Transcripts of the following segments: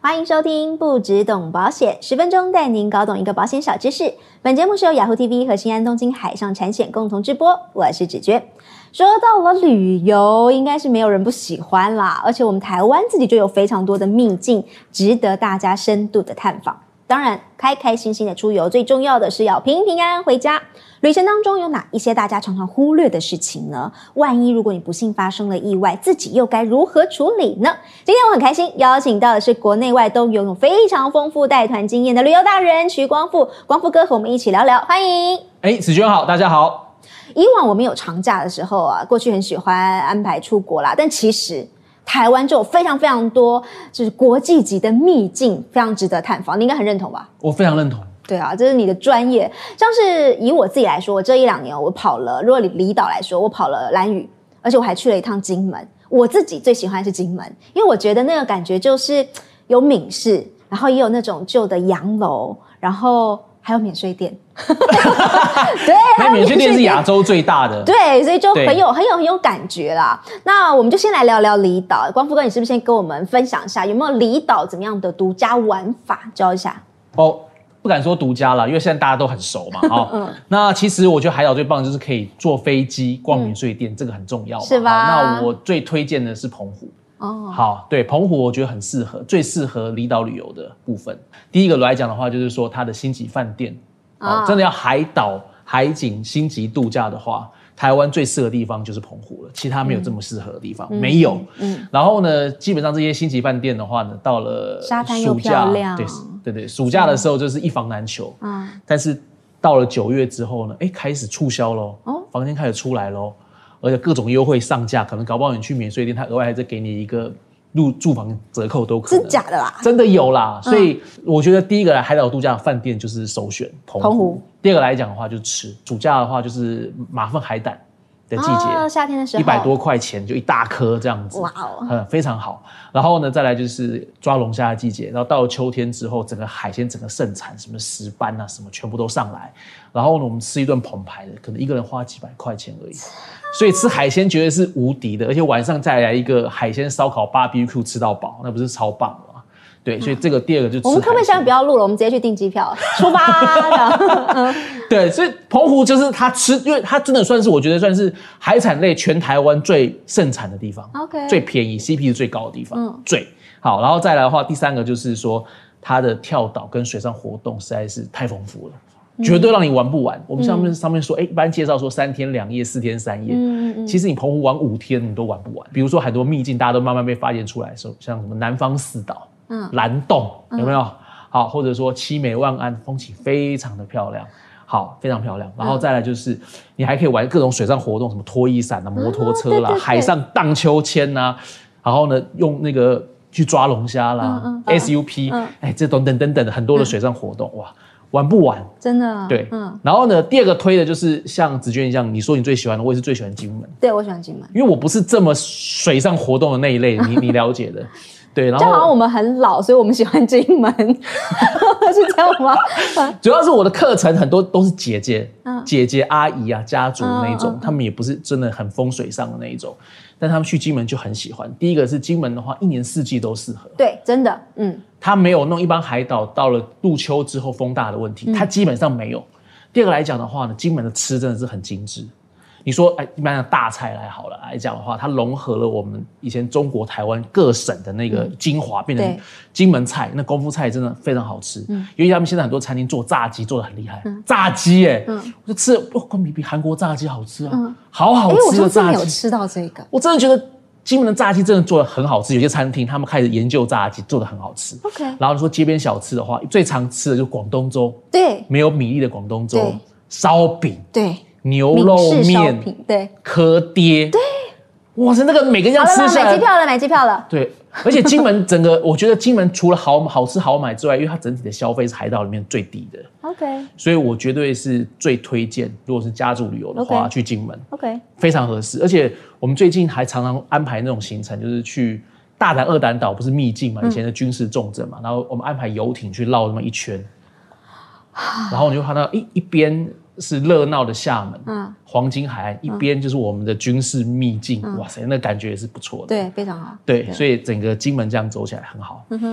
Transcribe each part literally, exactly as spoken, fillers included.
欢迎收听不只懂保险，十分钟带您搞懂一个保险小知识。本节目是由雅虎 T V 和新安东京海上产险共同直播，我是芷娟。说到了旅游，应该是没有人不喜欢啦，而且我们台湾自己就有非常多的秘境，值得大家深度的探访。当然，开开心心的出游，最重要的是要平平安安回家。旅程当中有哪一些大家常常忽略的事情呢？万一如果你不幸发生了意外，自己又该如何处理呢？今天我很开心邀请到的是国内外都拥有非常丰富带团经验的旅游大人徐光复，光复哥和我们一起聊聊，欢迎。 哎，子娟好，大家好。 以往我们有长假的时候啊，过去很喜欢安排出国啦，但其实台湾就有非常非常多就是国际级的秘境，非常值得探访，你应该很认同吧？ 我非常认同。 对啊，这是你的专业。像是以我自己来说，我这一两年我跑了，如果离岛来说，我跑了兰屿，而且我还去了一趟金门。我自己最喜欢的是金门，因为我觉得那个感觉就是有闽式，然后也有那种旧的洋楼，然后还有免税店。对， 那免税店是亚洲最大的。 对，所以就很有很有很有感觉啦。那我们就先来聊聊离岛。光复哥，你是不是先跟我们分享一下有没有离岛怎么样的独家玩法，教一下？ 哦。不敢说独家啦，因为现在大家都很熟嘛。哦嗯、那其实我觉得海岛最棒的就是可以坐飞机逛免税店，嗯、这个很重要嘛。 是吧？ 那我最推荐的是澎湖。哦，好，对，澎湖我觉得很适合，最适合离岛旅游的部分。第一个来讲的话，就是说它的星级饭店，哦，真的要海岛海景星级度假的话，台湾最适合的地方就是澎湖了，其他没有这么适合的地方，嗯、没有。嗯，然后呢，基本上这些星级饭店的话呢，到了沙滩又漂亮， 对对对，暑假的时候就是一房难求。嗯，但是到了九月之后呢，哎，开始促销咯，哦，房间开始出来咯，而且各种优惠上架，可能搞不好你去免税店，他额外还再给你一个入住房折扣都可能。 真假的啦？ 真的有啦，所以我觉得第一个来海岛度假的饭店就是首选澎湖。澎湖第二个来讲的话就是吃，暑假的话就是马粪海胆的季节， 哦，夏天的时候一百多块钱就一大颗这样子，哇哦，嗯，非常好。然后呢，再来就是抓龙虾的季节，然后到了秋天之后，整个海鲜整个盛产，什么石斑啊，什么全部都上来。然后呢，我们吃一顿澎湃的，可能一个人花几百块钱而已，所以吃海鲜绝对是无敌的，而且晚上再来一个海鲜烧烤 B B Q 吃到饱，那不是超棒吗？对，所以这个第二个就吃海鲜。 我们可不可以现在不要录了？我们直接去订机票，出发。 对，所以澎湖就是它吃，因为它真的算是我觉得算是海产类全台湾最盛产的地方 ，OK， 最便宜 ，C P 是最高的地方，嗯，最好。然后再来的话，第三个就是说它的跳岛跟水上活动实在是太丰富了。绝对让你玩不完。嗯、我们上面上面说，哎、欸，一般介绍说三天两夜、四天三夜，嗯嗯，其实你澎湖玩五天你都玩不完。比如说很多秘境，大家都慢慢被发现出来的时候，像什么南方四岛、嗯，蓝洞有没有？嗯、好，或者说七美万安，风景非常的漂亮，好，非常漂亮。然后再来就是，嗯、你还可以玩各种水上活动，什么拖衣伞啊、摩托车啦、啊、对对对海上荡秋千呐、啊，然后呢用那个去抓龙虾啦、嗯嗯、S U P， 哎、嗯，这等等等等的很多的水上活动，哇！玩不完， 真的。 对，嗯。然后呢，第二个推的就是像子娟一样，你说你最喜欢的，我也是最喜欢金门。 对，我喜欢金门， 因为我不是这么水上活动的那一类，你你了解的。对，然后就好像我们很老，所以我们喜欢金门，是这样吗？ 主要是我的课程很多都是姐姐、嗯、姐姐、阿姨啊、家族那一种，嗯嗯、他们也不是真的很风水上的那一种。但他们去金门就很喜欢。第一个是金门的话，一年四季都适合。 对，真的，嗯， 它没有弄一般海岛到了入秋之后风大的问题，它基本上没有。嗯、第二个来讲的话呢，金门的吃真的是很精致。你说，哎，一般的大菜来好了来讲的话，它融合了我们以前中国台湾各省的那个精华，嗯、变成金门菜。那功夫菜真的非常好吃，嗯、尤其他们现在很多餐厅做炸鸡做得很厉害，嗯、炸鸡哎、欸，嗯、我就吃了，哇，比比韩国炸鸡好吃啊，嗯、好好吃的炸鸡。 我有吃到这个， 我真的觉得金门的炸鸡真的做得很好吃。有些餐厅他们开始研究炸鸡，做得很好吃。 OK， 然后说街边小吃的话，最常吃的就是广东粥， 对， 没有米粒的广东粥，烧饼， 对。 牛肉面， 对， 蚵爹， 对， 哇塞，那个每个人要吃下来， 买机票了，买机票了。 对，而且金门整个，我觉得金门除了好好吃好买之外，因为它整体的消费是海岛里面最低的 ，OK， 所以我绝对是最推荐，如果是家族旅游的话， okay. 去金门 ，OK， 非常合适。而且我们最近还常常安排那种行程，就是去大胆二胆岛，不是秘境嘛，以前的军事重镇嘛，嗯、然后我们安排游艇去绕那么一圈，然后你就看到一一边。是热闹的厦门，嗯，黄金海岸一边就是我们的军事秘境，嗯、哇塞，那感觉也是不错的， 对，非常好， 对，对所以整个金门这样走起来很好。嗯哼，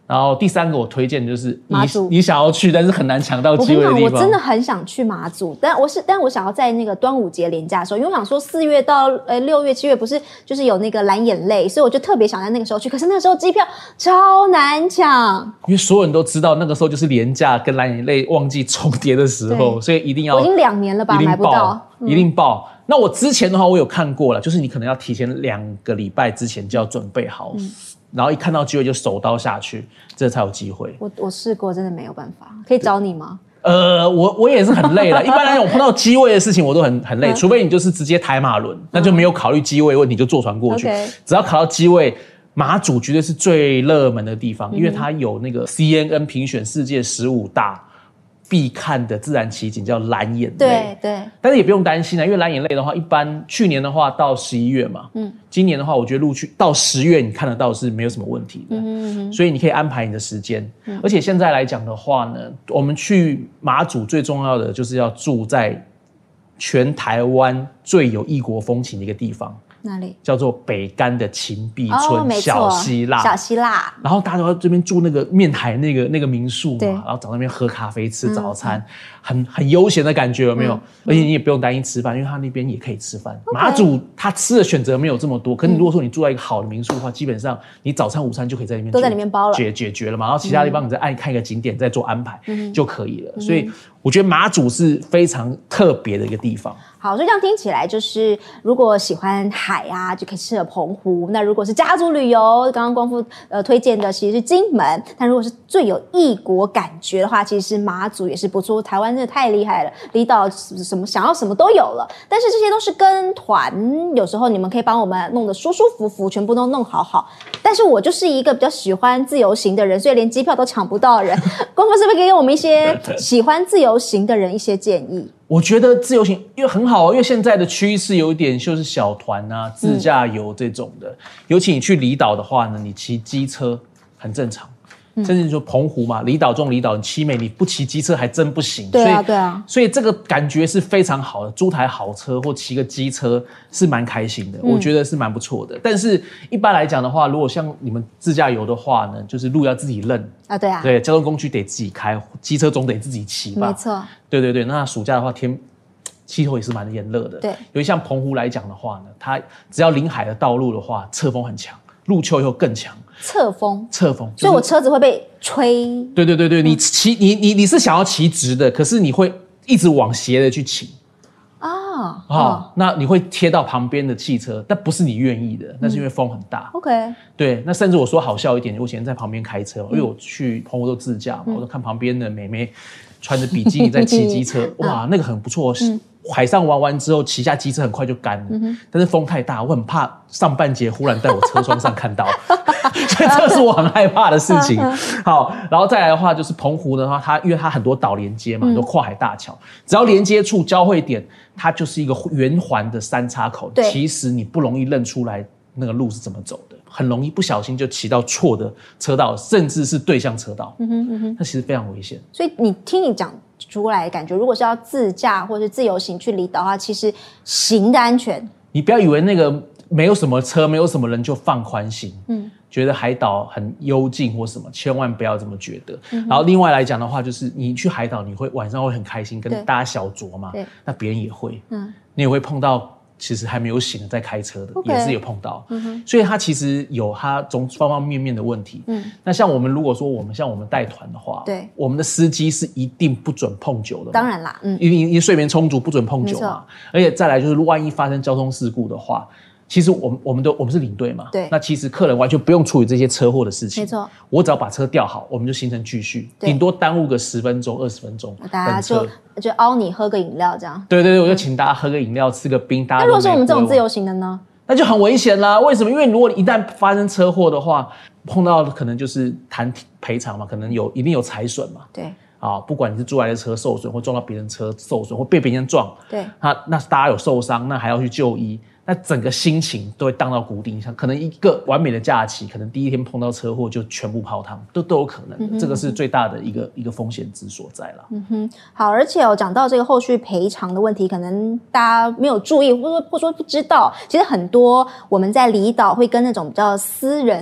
然后第三个我推荐的就是你马祖你想要去但是很难抢到机会的地方。 我跟你讲，我真的很想去马祖，但我是但我想要在那个端午节连假的时候，因为我想说四月到呃六月七月不是就是有那个蓝眼泪，所以我就特别想在那个时候去。可是那个时候机票超难抢， 因为所有人都知道那个时候就是连假跟蓝眼泪旺季重叠的时候，所以一定要。 我已经两年了吧，买不到， 一定报。嗯、那我之前的话，我有看过了，就是你可能要提前两个礼拜之前就要准备好。嗯，然后一看到机会就手刀下去，这才有机会。 我我试过，真的没有办法。可以找你吗？ 呃，我我也是很累了。一般来讲，我碰到机位的事情我都很很累，除非你就是直接台马轮，那就没有考虑机位问题，就坐船过去。 Okay. 只要考到机位，马祖绝对是最热门的地方，因为它有那个 C N N 评选世界十五大必看的自然奇景叫蓝眼泪， 对对， 但是也不用担心啊，因为蓝眼泪的话，一般去年的话到十一月嘛，嗯，今年的话，我觉得陆续到十月你看得到是没有什么问题的，嗯嗯，所以你可以安排你的时间，嗯，而且现在来讲的话呢，我们去马祖最重要的就是要住在全台湾最有异国风情的一个地方。 哪里？ 叫做北竿的芹壁村、哦、小希腊， 小希腊。 然后大家都在这边住那个面海那个那个民宿嘛，然后找那边喝咖啡、吃早餐，嗯、很很悠闲的感觉，有没有？嗯、而且你也不用担心吃饭，因为他那边也可以吃饭。Okay. 马祖他吃的选择没有这么多，可是你如果说你住在一个好的民宿的话，嗯、基本上你早餐、午餐就可以在里面都在里面包了， 解解决了嘛。然后其他地方你再按看一个景点，再做安排、嗯、就可以了。所以我觉得马祖是非常特别的一个地方。 好，所以这样听起来就是，如果喜欢海啊，就可以适合澎湖；那如果是家族旅游，刚刚光复呃推荐的其实是金门；但如果是最有异国感觉的话，其实是马祖也是不错。台湾真的太厉害了，离岛什么想要什么都有了。但是这些都是跟团，有时候你们可以帮我们弄得舒舒服服，全部都弄好好。但是我就是一个比较喜欢自由行的人，所以连机票都抢不到的人。光复是不是给我们一些喜欢自由行的人一些建议？ 我觉得自由行因为很好，因为现在的趋势有一点就是小团啊、自驾游这种的。嗯、尤其你去离岛的话呢，你骑机车很正常，嗯、甚至说澎湖嘛，离岛中离岛，七美你不骑机车还真不行。 对啊，对啊。 所以这个感觉是非常好的，租台好车或骑个机车是蛮开心的，嗯、我觉得是蛮不错的。但是一般来讲的话，如果像你们自驾游的话呢，就是路要自己认。 啊，对啊， 对，交通工具得自己开，机车总得自己骑吧。 没错， 对对对。那暑假的话，天气候也是蛮炎热的。 对， 尤其像澎湖来讲的话呢，它只要临海的道路的话，侧风很强，入秋以后更强。 侧风， 侧风， 所以我车子会被吹。 对对对对，你骑你你你是想要骑直的，可是你会一直往斜的去骑。 啊， 哦，那你会贴到旁边的汽车，但不是你愿意的，那是因为风很大。 OK， 对，那甚至我说好笑一点，我以前在旁边开车，因为我去澎湖都自驾嘛，我都看旁边的妹妹穿着比基尼在骑机车，哇，那个很不错。海上玩完之后，骑下机车很快就干了，嗯、但是风太大，我很怕上半截忽然在我车窗上看到，所以这是我很害怕的事情。好，然后再来的话，就是澎湖的话，它因为它很多岛连接嘛，很多跨海大桥，只要连接处交汇点，它就是一个圆环的三叉口，其实你不容易认出来那个路是怎么走的，很容易不小心就骑到错的车道，甚至是对向车道，嗯哼嗯哼，那其实非常危险。 所以你听你讲出来的感觉，如果是要自驾或是自由行去离岛的话，其实行的安全， 你不要以为那个没有什么车没有什么人就放宽心，嗯，觉得海岛很幽静或什么，千万不要这么觉得。嗯、然后另外来讲的话，就是你去海岛，你会晚上会很开心，跟大家小酌嘛，那别人也会，嗯，你也会碰到其实还没有醒的在开车的， okay, 也是有碰到，嗯、所以它其实有它从方方面面的问题。嗯，那像我们如果说我们像我们带团的话，对，我们的司机是一定不准碰酒的， 当然啦，嗯， 因为因为睡眠充足不准碰酒嘛，而且再来就是万一发生交通事故的话。其实我们我们都我们是领队嘛，对，那其实客人完全不用处理这些车祸的事情，没错，我只要把车调好，我们就行程继续，顶多耽误个十分钟、二十分钟， 大家就就凹你喝个饮料这样。 对对对，我就请大家喝个饮料、吃个冰。大家那如果是我们这种自由行的呢？ 那就很危险啦。为什么？因为如果一旦发生车祸的话，碰到可能就是谈赔偿嘛，可能有一定有财损嘛。对。啊，不管你是租来的车受损，或撞到别人车受损，或被别人撞，对，那那大家有受伤，那还要去就医。那整个心情都会荡到谷底，像可能一个完美的假期，可能第一天碰到车祸就全部泡汤，都都有可能的。嗯哼，这个是最大的一个一个风险之所在啦。 嗯哼，好，而且我讲到这个后续赔偿的问题，可能大家没有注意，或者或者说不知道，其实很多我们在离岛会跟那种比较私人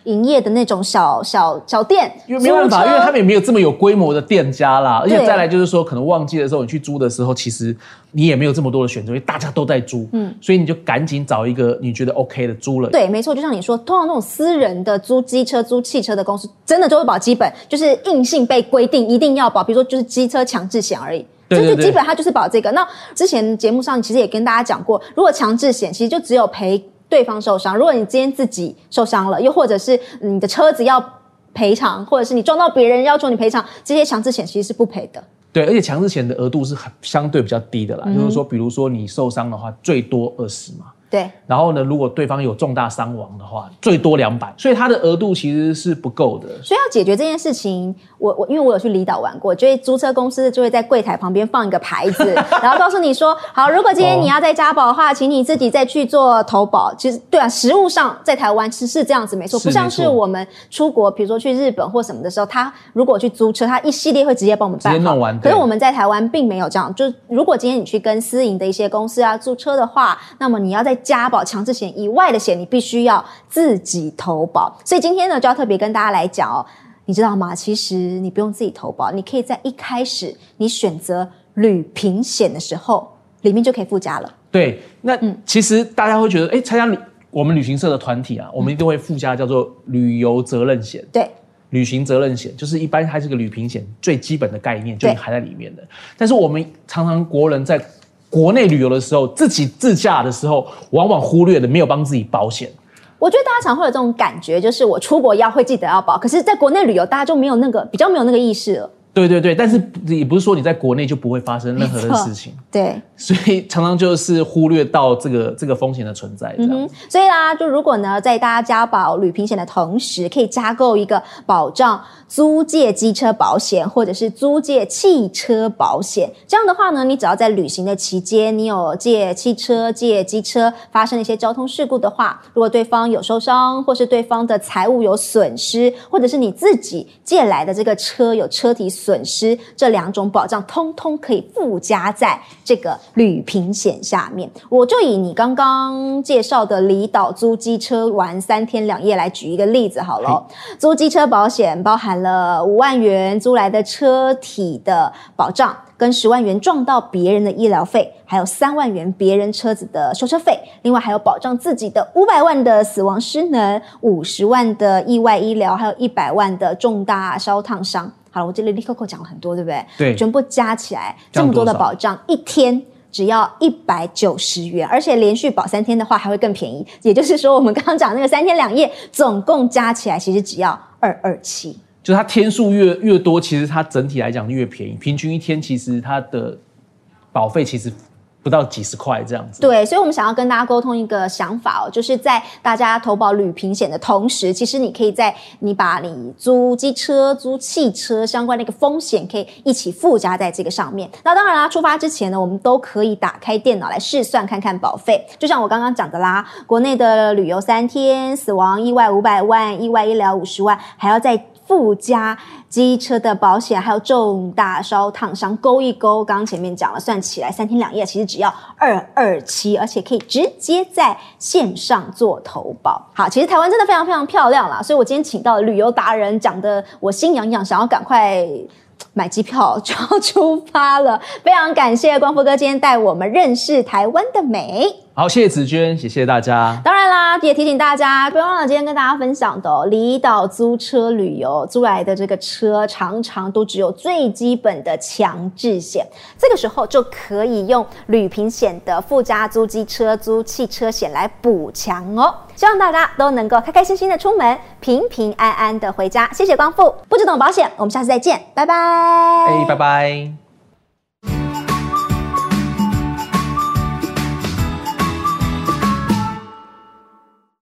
营业的那种小小小店， 因为没办法，因为他们也没有这么有规模的店家啦，而且再来就是说，可能旺季的时候你去租的时候，其实你也没有这么多的选择，因为大家都在租，嗯，所以你就赶紧找一个你觉得 OK 的租了。 对，没错，就像你说，通常那种私人的租机车、租汽车的公司，真的就会保基本，就是硬性被规定一定要保，比如说就是机车强制险而已。 对对对， 就是基本它就是保这个。那之前节目上其实也跟大家讲过，如果强制险其实就只有赔对方受伤，如果你今天自己受伤了，又或者是你的车子要赔偿，或者是你撞到别人要求你赔偿，这些强制险其实是不赔的。 对，而且强制险的额度是很相对比较低的啦，嗯、就是说，比如说你受伤的话，最多二十嘛。 对， 然后呢，如果对方有重大伤亡的话，最多两百，所以它的额度其实是不够的。 所以要解决这件事情，我我因为我有去离岛玩过，就会租车公司就会在柜台旁边放一个牌子，然后告诉你说，好，如果今天你要在加保的话，请你自己再去做投保。其实对啊，实务上在台湾是是这样子，没错，不像是我们出国，比如说去日本或什么的时候，他如果去租车，他一系列会直接帮我们办好， 直接弄完。 可是我们在台湾并没有这样，就如果今天你去跟私营的一些公司啊租车的话，那么你要在加保强制险以外的险，你必须要自己投保。所以今天呢，就要特别跟大家来讲哦，你知道吗？其实你不用自己投保，你可以在一开始你选择旅平险的时候，里面就可以附加了。 对，那、嗯、其实大家会觉得，哎，参加旅我们旅行社的团体啊，我们一定会附加叫做旅游责任险。 对。 旅行责任险就是一般它是个旅平险最基本的概念，就已经含在里面的。但是我们常常国人在国内旅游的时候，自己自驾的时候，往往忽略了没有帮自己保险。 我觉得大家常会有这种感觉，就是我出国要会记得要保，可是在国内旅游大家就没有那个比较没有那个意识了。 对对对，但是也不是说你在国内就不会发生任何的事情， 对， 所以常常就是忽略到这个这个风险的存在，这样、嗯。 所以啦，就如果呢，在大家加保旅平险的同时，可以加购一个保障租借机车保险或者是租借汽车保险。这样的话呢，你只要在旅行的期间，你有借汽车、借机车发生了一些交通事故的话，如果对方有受伤，或是对方的财物有损失，或者是你自己借来的这个车有车体损失，这两种保障通通可以附加在这个旅平险下面。我就以你刚刚介绍的离岛租机车玩三天两夜来举一个例子好了。租机车保险包含了五万元租来的车体的保障，跟十万元撞到别人的医疗费，还有三万元别人车子的修车费，另外还有保障自己的五百万的死亡失能，五十万的意外医疗，还有一百万的重大烧烫伤。好了，我这里立扣扣讲了很多，对不对？ 对， 全部加起来这么多的保障，一天只要一百九十元，而且连续保三天的话还会更便宜。也就是说，我们刚刚讲那个三天两夜，总共加起来其实只要二二七。 就是它天数越越多，其实它整体来讲越便宜。平均一天其实它的保费其实不到几十块这样子。 对，所以我们想要跟大家沟通一个想法哦，就是在大家投保旅平险的同时，其实你可以在你把你租机车、租汽车相关的一个风险可以一起附加在这个上面。那当然啦，出发之前呢，我们都可以打开电脑来试算看看保费。就像我刚刚讲的啦，国内的旅游三天，死亡意外五百万，意外医疗五十万，还要再附加机车的保险，还有重大烧烫伤，勾一勾，刚刚前面讲了，算起来三天两夜其实只要二二七，而且可以直接在线上做投保。好，其实台湾真的非常非常漂亮啦，所以我今天请到旅游达人，讲的我心痒痒，想要赶快买机票就要出发了。非常感谢光复哥今天带我们认识台湾的美。 好，谢谢子娟，谢谢大家。 当然啦，也提醒大家，不要忘了今天跟大家分享的哦，离岛租车旅游租来的这个车，常常都只有最基本的强制险，这个时候就可以用旅平险的附加租机车、租汽车险来补强哦。希望大家都能够开开心心的出门，平平安安的回家。谢谢光复，不只懂保险，我们下次再见，拜拜。 哎，拜拜。